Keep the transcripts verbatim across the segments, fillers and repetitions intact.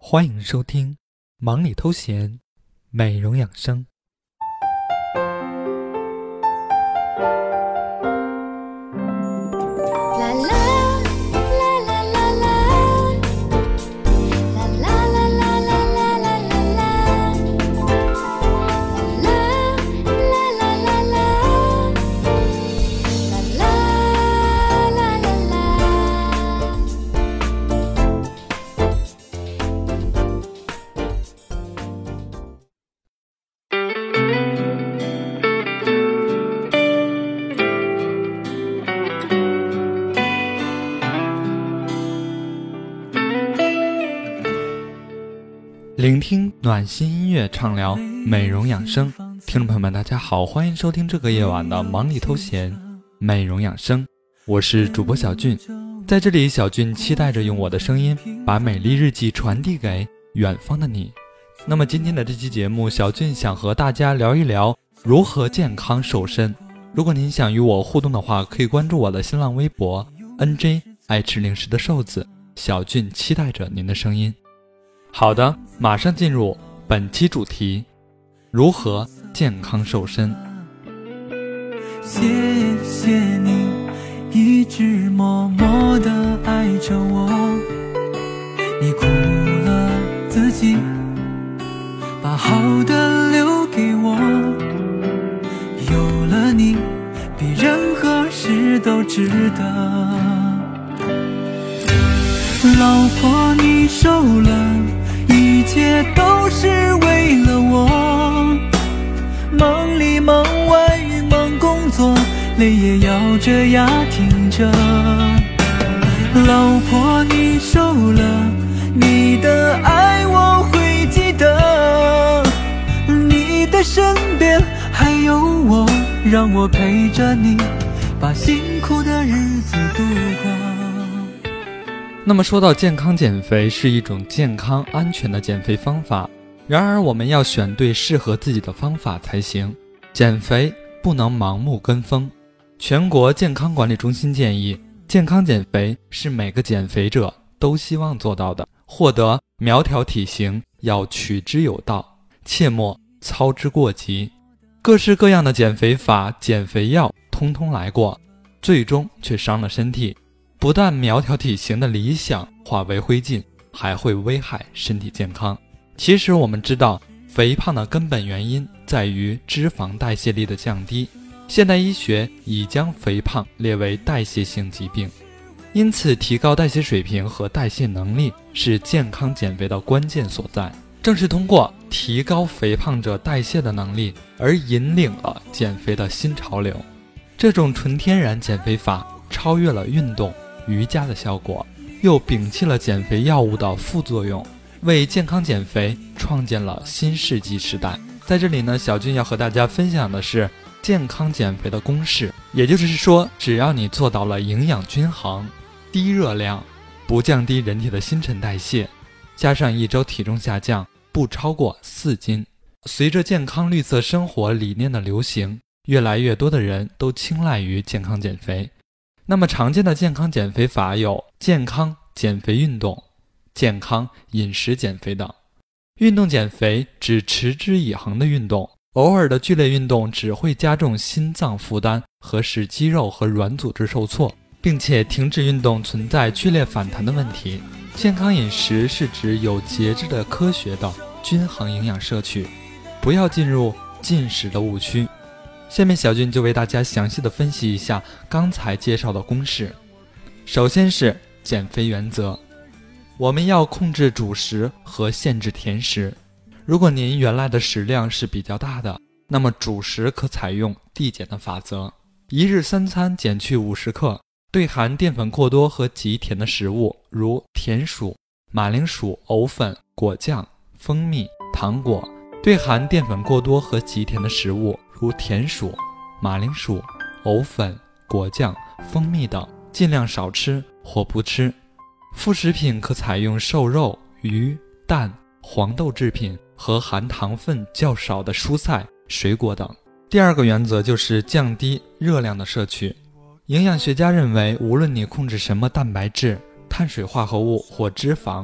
欢迎收听忙里偷闲，美容养生。聆听暖心音乐，畅聊美容养生。听众朋友们大家好，欢迎收听这个夜晚的忙里偷闲美容养生，我是主播小俊。在这里，小俊期待着用我的声音把美丽日记传递给远方的你。那么今天的这期节目，小俊想和大家聊一聊如何健康瘦身。如果您想与我互动的话，可以关注我的新浪微博 N J 爱吃零食的瘦子，小俊期待着您的声音。好的，马上进入本期主题，如何健康瘦身。 谢谢你一直默默地爱着我，你苦了自己，把好的留给我，有了你比任何事都值得。老婆你瘦了，一切都是为了我，忙里忙外忙工作，泪也要这样挺着。老婆你瘦了，你的爱我会记得，你的身边还有我，让我陪着你把辛苦的日子度过。 那么说到健康减肥是一种健康安全的减肥方法，然而我们要选对适合自己的方法才行。减肥不能盲目跟风。全国健康管理中心建议，健康减肥是每个减肥者都希望做到的，获得苗条体型要取之有道，切莫操之过急。各式各样的减肥法、减肥药通通来过，最终却伤了身体。不但苗条体型的理想化为灰烬，还会危害身体健康。其实我们知道，肥胖的根本原因在于脂肪代谢力的降低。现代医学已将肥胖列为代谢性疾病，因此提高代谢水平和代谢能力是健康减肥的关键所在。正是通过提高肥胖者代谢的能力，而引领了减肥的新潮流。这种纯天然减肥法超越了运动瑜伽的效果，又摒弃了减肥药物的副作用，为健康减肥创建了新世纪时代。在这里呢，小俊要和大家分享的是健康减肥的公式，也就是说，只要你做到了营养均衡、低热量，不降低人体的新陈代谢，加上一周体重下降不超过四斤，随着健康绿色生活理念的流行，越来越多的人都青睐于健康减肥。那么常见的健康减肥法有健康减肥运动、健康饮食减肥等。运动减肥指持之以恒的运动，偶尔的剧烈运动只会加重心脏负担和使肌肉和软组织受挫，并且停止运动存在剧烈反弹的问题。健康饮食是指有节制的科学的均衡营养摄取，不要进入进食的误区。下面小俊就为大家详细的分析一下刚才介绍的公式。首先是减肥原则，我们要控制主食和限制甜食。如果您原来的食量是比较大的，那么主食可采用递减的法则，一日三餐减去五十克，对含淀粉过多和极甜的食物，如甜薯、马铃薯、藕粉、果酱、蜂蜜、糖果；对含淀粉过多和极甜的食物，如甜薯、马铃薯、藕粉、果酱、蜂蜜等，尽量少吃或不吃。副食品可采用瘦肉、鱼、蛋、黄豆制品和含糖分较少的蔬菜、水果等。第二个原则就是降低热量的摄取。营养学家认为，无论你控制什么蛋白质、碳水化合物或脂肪，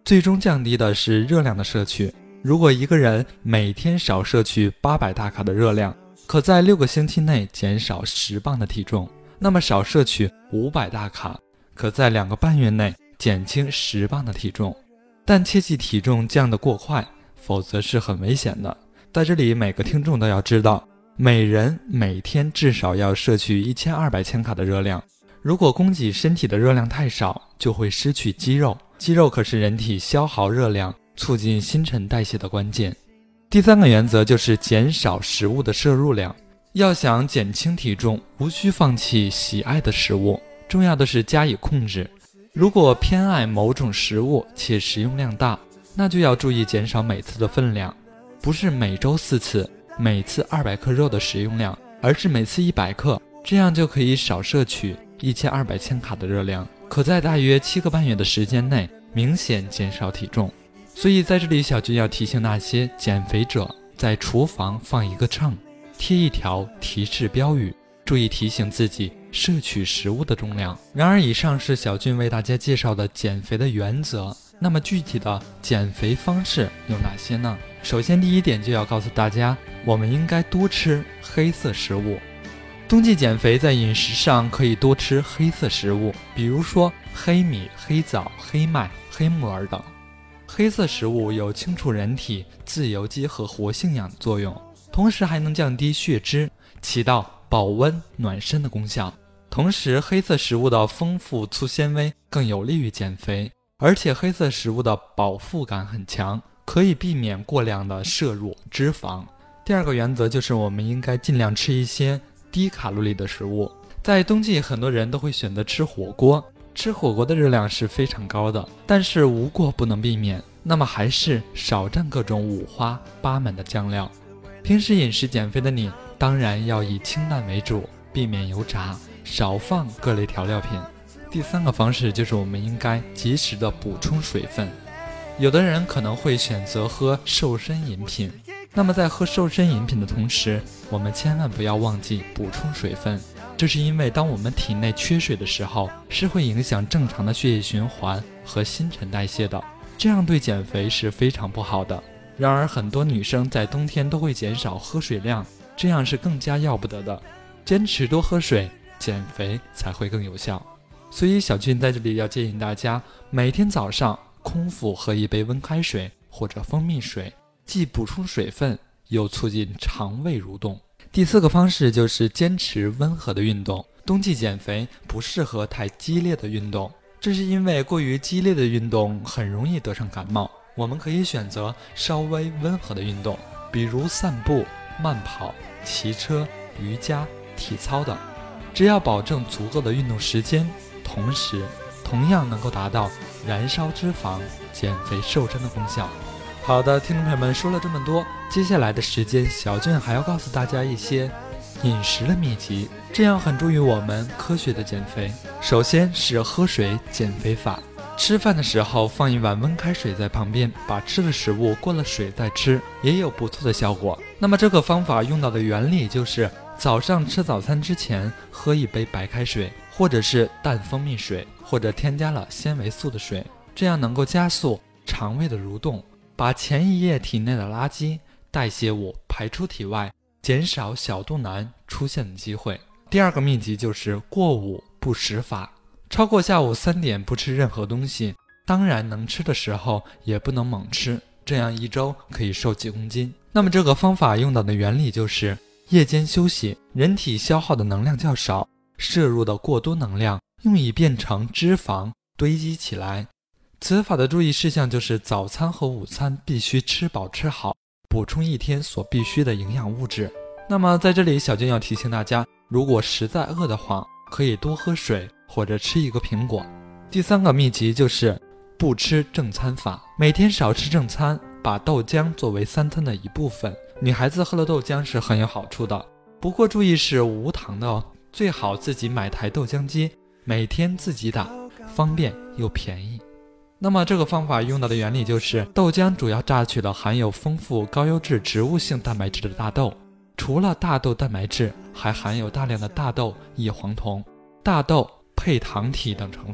最终降低的是热量的摄取。如果一个人每天少摄取八百大卡的热量，可在六个星期内减少十磅的体重，那么少摄取五百大卡，可在两个半月内减轻十磅的体重。但切记体重降得过快，否则是很危险的。在这里每个听众都要知道，每人每天至少要摄取一千二百千卡的热量。如果供给身体的热量太少，就会失去肌肉，肌肉可是人体消耗热量、促进新陈代谢的关键。第三个原则就是减少食物的摄入量。要想减轻体重，无需放弃喜爱的食物，重要的是加以控制。如果偏爱某种食物且食用量大，那就要注意减少每次的分量，不是每周四次，每次二百克肉的食用量，而是每次一百克，这样就可以少摄取一千二百千卡的热量，可在大约七个半月的时间内明显减少体重。所以在这里小军要提醒那些减肥者，在厨房放一个秤，贴一条提示标语，注意提醒自己摄取食物的重量。然而以上是小军为大家介绍的减肥的原则，那么具体的减肥方式有哪些呢？首先第一点就要告诉大家，我们应该多吃黑色食物。冬季减肥在饮食上可以多吃黑色食物，比如说黑米、黑枣、黑麦、黑木耳等。黑色食物有清除人体自由基和活性氧的作用，同时还能降低血脂，起到保温暖身的功效。同时黑色食物的丰富粗纤维更有利于减肥，而且黑色食物的饱腹感很强，可以避免过量的摄入脂肪。第二个原则就是我们应该尽量吃一些低卡路里的食物。在冬季很多人都会选择吃火锅，吃火锅的热量是非常高的，但是无过不能避免，那么还是少蘸各种五花八门的酱料。平时饮食减肥的你，当然要以清淡为主，避免油炸，少放各类调料品。第三个方式就是我们应该及时的补充水分。有的人可能会选择喝瘦身饮品，那么在喝瘦身饮品的同时，我们千万不要忘记补充水分。这是因为当我们体内缺水的时候，是会影响正常的血液循环和新陈代谢的，这样对减肥是非常不好的。然而很多女生在冬天都会减少喝水量，这样是更加要不得的。坚持多喝水，减肥才会更有效。所以小俊在这里要建议大家，每天早上空腹喝一杯温开水或者蜂蜜水，既补充水分，又促进肠胃蠕动。第四个方式就是坚持温和的运动。冬季减肥不适合太激烈的运动，这是因为过于激烈的运动很容易得上感冒。我们可以选择稍微温和的运动，比如散步、慢跑、骑车、瑜伽、体操等，只要保证足够的运动时间，同时同样能够达到燃烧脂肪、减肥瘦身的功效。好的，听众朋友们，说了这么多，接下来的时间小俊还要告诉大家一些饮食的秘籍，这样很助于我们科学的减肥。首先是喝水减肥法，吃饭的时候放一碗温开水在旁边，把吃的食物过了水再吃，也有不错的效果。那么这个方法用到的原理就是早上吃早餐之前喝一杯白开水，或者是淡蜂蜜水，或者添加了纤维素的水，这样能够加速肠胃的蠕动，把前一夜体内的垃圾代谢物排出体外，减少小肚腩出现的机会。第二个秘籍就是过午不食法，超过下午三点不吃任何东西，当然能吃的时候也不能猛吃，这样一周可以瘦几公斤。那么这个方法用到的原理就是夜间休息，人体消耗的能量较少，摄入的过多能量用以变成脂肪堆积起来。此法的注意事项就是早餐和午餐必须吃饱吃好，补充一天所必需的营养物质。那么在这里小俊要提醒大家，如果实在饿得慌，可以多喝水或者吃一个苹果。第三个秘籍就是不吃正餐法，每天少吃正餐，把豆浆作为三餐的一部分。女孩子喝了豆浆是很有好处的，不过注意是无糖的哦，最好自己买台豆浆机，每天自己打，方便又便宜。那么这个方法用到的原理就是豆浆主要榨取了含有丰富高优质植物性蛋白质的大豆，除了大豆蛋白质，还含有大量的大豆异黄酮、大豆配糖体等成分，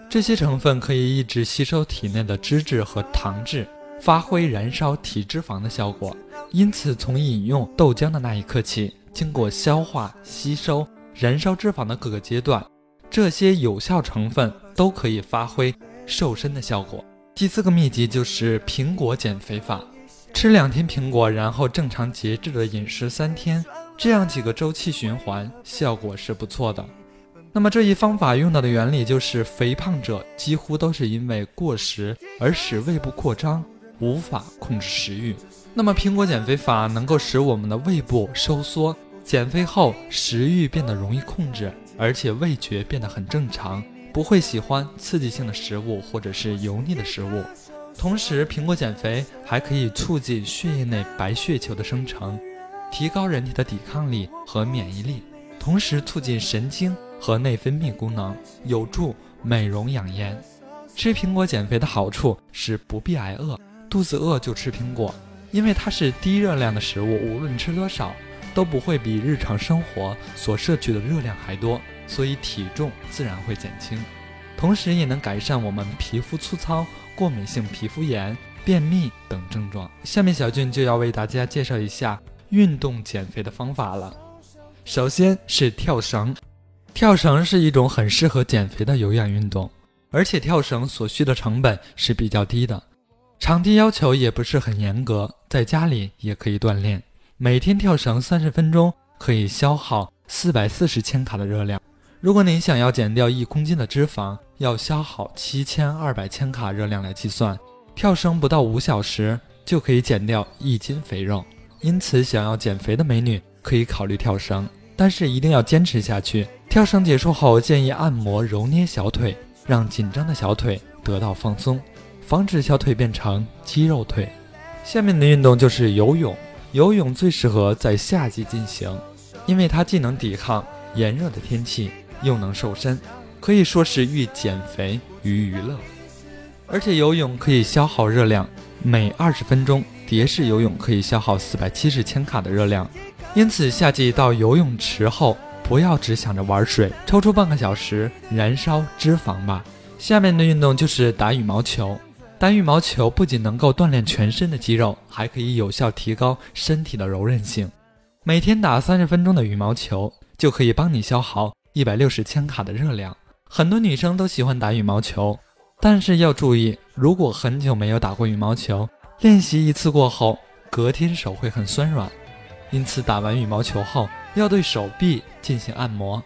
这些成分可以抑制吸收体内的脂质和糖质，发挥燃烧体脂肪的效果。因此从饮用豆浆的那一刻起，经过消化、吸收、燃烧脂肪的各个阶段，这些有效成分都可以发挥瘦身的效果。第四个秘籍就是苹果减肥法，吃两天苹果，然后正常节制的饮食三天，这样几个周期循环，效果是不错的。那么这一方法用到的原理就是，肥胖者几乎都是因为过食而使胃部扩张，无法控制食欲。那么苹果减肥法能够使我们的胃部收缩，减肥后食欲变得容易控制，而且味觉变得很正常，不会喜欢刺激性的食物或者是油腻的食物。同时苹果减肥还可以促进血液内白血球的生成，提高人体的抵抗力和免疫力，同时促进神经和内分泌功能，有助美容养颜。吃苹果减肥的好处是不必挨饿，肚子饿就吃苹果，因为它是低热量的食物，无论吃多少都不会比日常生活所摄取的热量还多，所以体重自然会减轻。同时也能改善我们皮肤粗糙、过敏性皮肤炎、便秘等症状。下面小俊就要为大家介绍一下运动减肥的方法了。首先是跳绳，跳绳是一种很适合减肥的有氧运动，而且跳绳所需的成本是比较低的，场地要求也不是很严格，在家里也可以锻炼。每天跳绳三十分钟，可以消耗四百四十千卡的热量。如果您想要减掉一公斤的脂肪，要消耗七千二百千卡热量来计算，跳绳不到五小时就可以减掉一斤肥肉。因此想要减肥的美女可以考虑跳绳，但是一定要坚持下去。跳绳结束后，建议按摩揉捏小腿，让紧张的小腿得到放松，防止小腿变成肌肉腿。下面的运动就是游泳，游泳最适合在夏季进行，因为它既能抵抗炎热的天气，又能瘦身，可以说是寓减肥于娱乐。而且游泳可以消耗热量，每二十分钟蝶式游泳可以消耗四百七十千卡的热量。因此夏季到游泳池后，不要只想着玩水，抽出半个小时燃烧脂肪吧。下面的运动就是打羽毛球。打羽毛球不仅能够锻炼全身的肌肉，还可以有效提高身体的柔韧性。每天打三十分钟的羽毛球，就可以帮你消耗一百六十千卡的热量。很多女生都喜欢打羽毛球，但是要注意，如果很久没有打过羽毛球，练习一次过后，隔天手会很酸软，因此打完羽毛球后要对手臂进行按摩。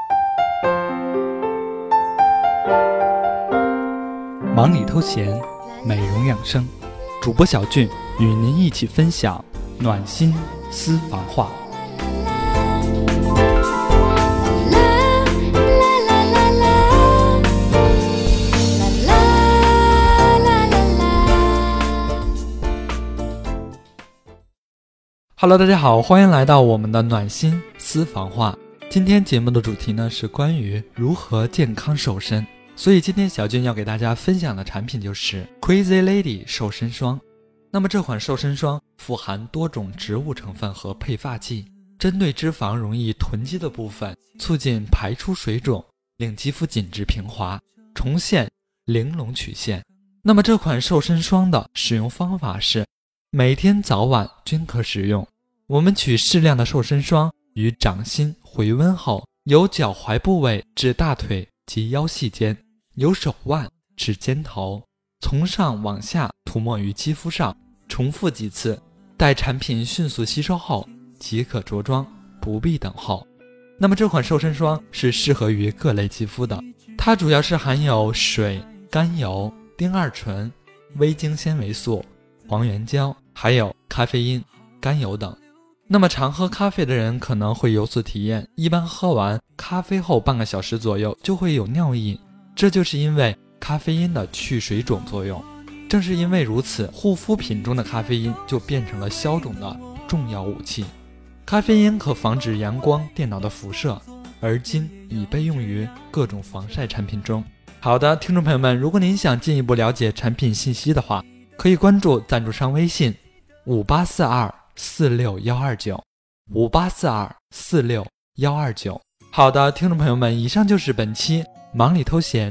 忙里偷闲，美容养生，主播小俊与您一起分享暖心私房话。Hello， 大家好，欢迎来到我们的暖心私房话。今天节目的主题呢是关于如何健康瘦身，所以今天小俊要给大家分享的产品就是 Crazy Lady 瘦身霜。那么这款瘦身霜富含多种植物成分和配发剂，针对脂肪容易囤积的部分，促进排出水肿，令肌肤紧致平滑，重现玲珑曲线。那么这款瘦身霜的使用方法是每天早晚均可使用。我们取适量的瘦身霜于掌心回温后，由脚踝部位至大腿及腰细间，由手腕至肩头，从上往下涂抹于肌肤上，重复几次，待产品迅速吸收后即可着装，不必等候。那么这款瘦身霜是适合于各类肌肤的，它主要是含有水、甘油、丁二醇、微晶纤维素、黄原胶，还有咖啡因、甘油等。那么常喝咖啡的人可能会有所体验，一般喝完咖啡后半个小时左右就会有尿意，这就是因为咖啡因的去水肿作用。正是因为如此，护肤品中的咖啡因就变成了消肿的重要武器。咖啡因可防止阳光、电脑的辐射，而今已被用于各种防晒产品中。好的，听众朋友们，如果您想进一步了解产品信息的话，可以关注赞助商微信五八四二四六一二九 五八四二四六一二九。好的，听众朋友们，以上就是本期忙里偷闲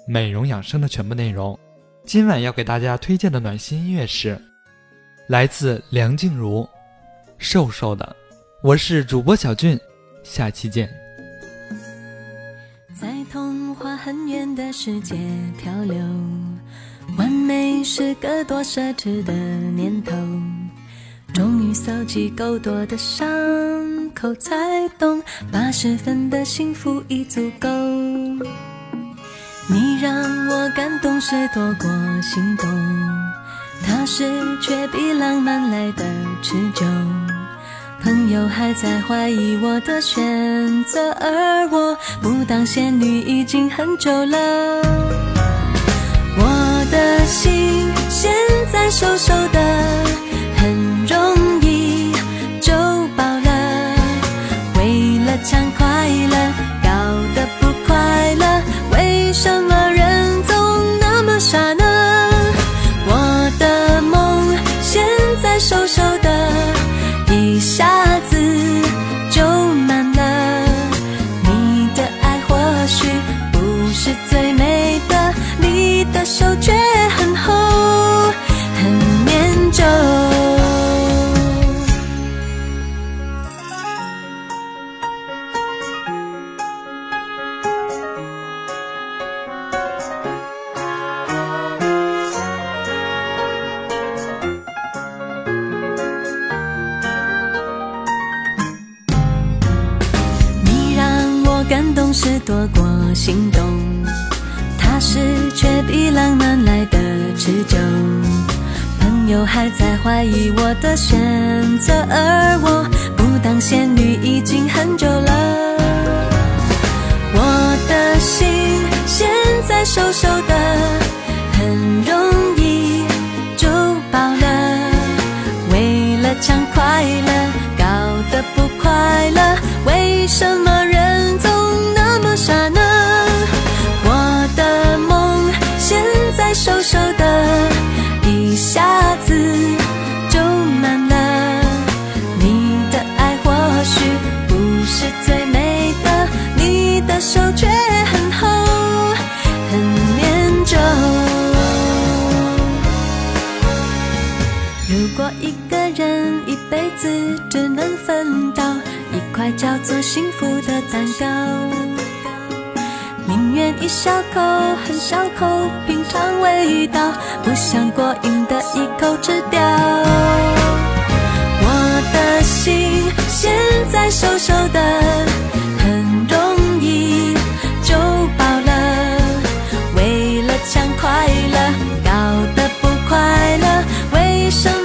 美容养生的全部内容。今晚要给大家推荐的暖心音乐是来自梁静茹，瘦瘦的。我是主播小俊，下期见。 在童话很远的世界漂流，完美是个多奢侈的念头，终于搜集够多的伤口，才懂八十分的幸福已足够。你让我感动是多过心动，踏实却比浪漫来的持久。朋友还在怀疑我的选择，而我不当仙女已经很久了。我的心现在瘦瘦的，很容易就饱了。为了抢快乐，搞得不快乐，为什么人总那么傻呢？我的梦现在瘦瘦的，一下子就满了。你的爱或许不是最美的，你的手却很厚很绵久。感动是多过心动，踏实却比浪漫来的持久。朋友还在怀疑我的选择，而我不当仙女已经很久了。我的心现在瘦瘦的，很容易就饱了。为了抢快乐，搞得不快乐，为什么人总那么傻呢？我的梦现在瘦瘦的，一下子就满了。你的爱或许不是最美的，你的手却很厚很绵久。如果一个人一辈子只能分到一块叫做幸福的蛋糕，宁愿一小口很小口品尝味道，不想过瘾的一口吃掉。我的心现在瘦瘦的，很容易就饱了。为了抢快乐，搞得不快乐，为什么